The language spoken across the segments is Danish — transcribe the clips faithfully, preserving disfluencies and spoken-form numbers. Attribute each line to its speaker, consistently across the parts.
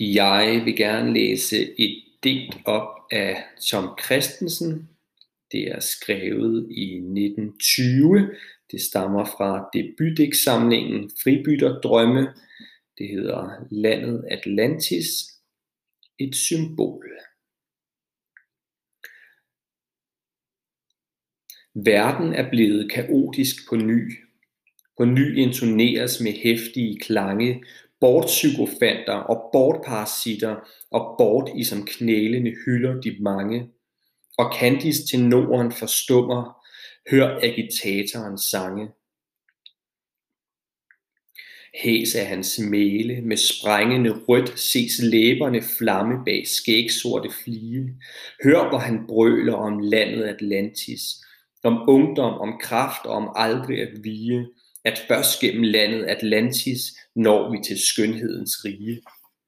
Speaker 1: Jeg vil gerne læse et digt op af Tom Kristensen. Det er skrevet i nitten tyve. Det stammer fra debutdigtsamlingen Fribytterdrømme. Det hedder Landet Atlantis. Et symbol. Verden er blevet kaotisk på ny. På ny intoneres med heftige klange, bortpsykofanter og bortparasitter og bort i som knælende hylder de mange. Og Kandis tenoren forstummer, hør agitatorens sange. Hæs af hans mæle, med sprængende rødt ses læberne flamme bag skægsorte flige. Hør, hvor han brøler om landet Atlantis, om ungdom, om kraft og om aldrig at vige, at først gennem landet Atlantis når vi til skønhedens rige.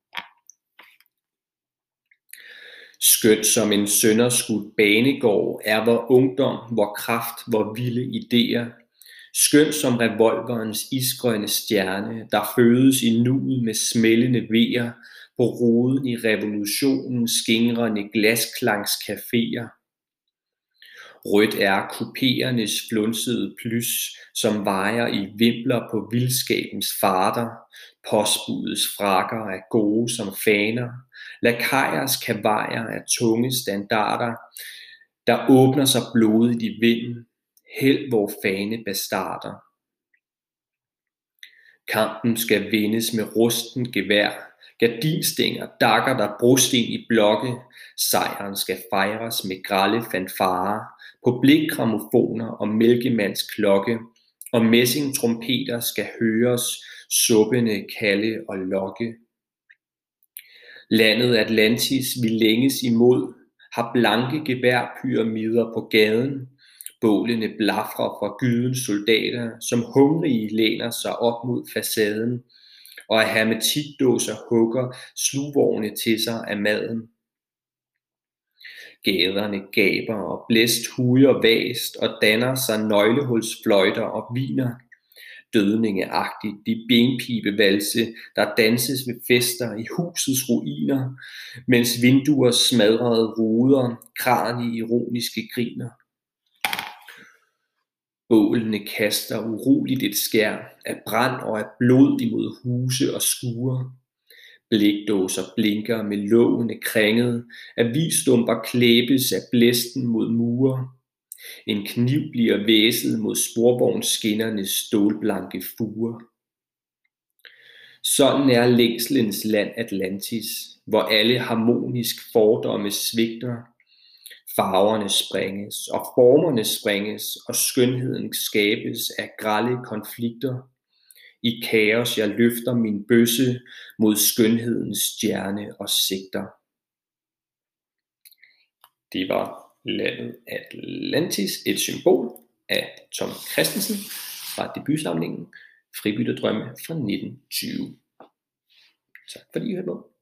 Speaker 1: Skønt som en sønderskudt banegård er vor ungdom, vor kraft, vor vilde idéer. Skønt som revolverens isgrønne stjerne, der fødes i nuet med smældende vejer, på roden i revolutionens skingrende glasklangscaféer. Rødt er kupéernes flunsede plys, som vejer i vimpler på vildskabens farter. Postbudets frakker er gode som faner. Lakajers kavajer er tunge standarder, der åbner sig blodigt i vinden. Held vor fane bastarder. Kampen skal vindes med rusten gevær. Gardinstænger dakker der brosten i blokke. Sejren skal fejres med grelle fanfarer. På blikgrammofoner og mælkemands klokke. Og messingtrompeter skal høres, suppende kalde og lokke. Landet Atlantis vi længes imod, har blanke geværpyramider på gaden. Bålene blafrer fra gydens soldater, som hungrige læner sig op mod facaden, og af hermetikdåser hugger slugvogne til sig af maden. Gaderne gaber og blæst hujer vast og danner sig nøglehulsfløjter og viner. Dødningeagtigt de benpibevalse, der danses ved fester i husets ruiner, mens vinduer smadrede ruder, kranie ironiske griner. Bålene kaster uroligt et skær af brand og af blod imod huse og skure. Blikdåser blinker med lågene kringet, avisstumper klæbes af blæsten mod mure. En kniv bliver væset mod sporvognsskinnernes stålblanke fure. Sådan er længselens land Atlantis, hvor alle harmonisk fordomme svigter. Farverne springes, og formerne springes, og skønheden skabes af grelle konflikter. I kaos jeg løfter min bøsse mod skønhedens stjerne og sigter. Det var Landet Atlantis, et symbol af Tom Kristensen fra debutsamlingen Fribytterdrømme fra nitten tyve. Tak fordi I hørte med.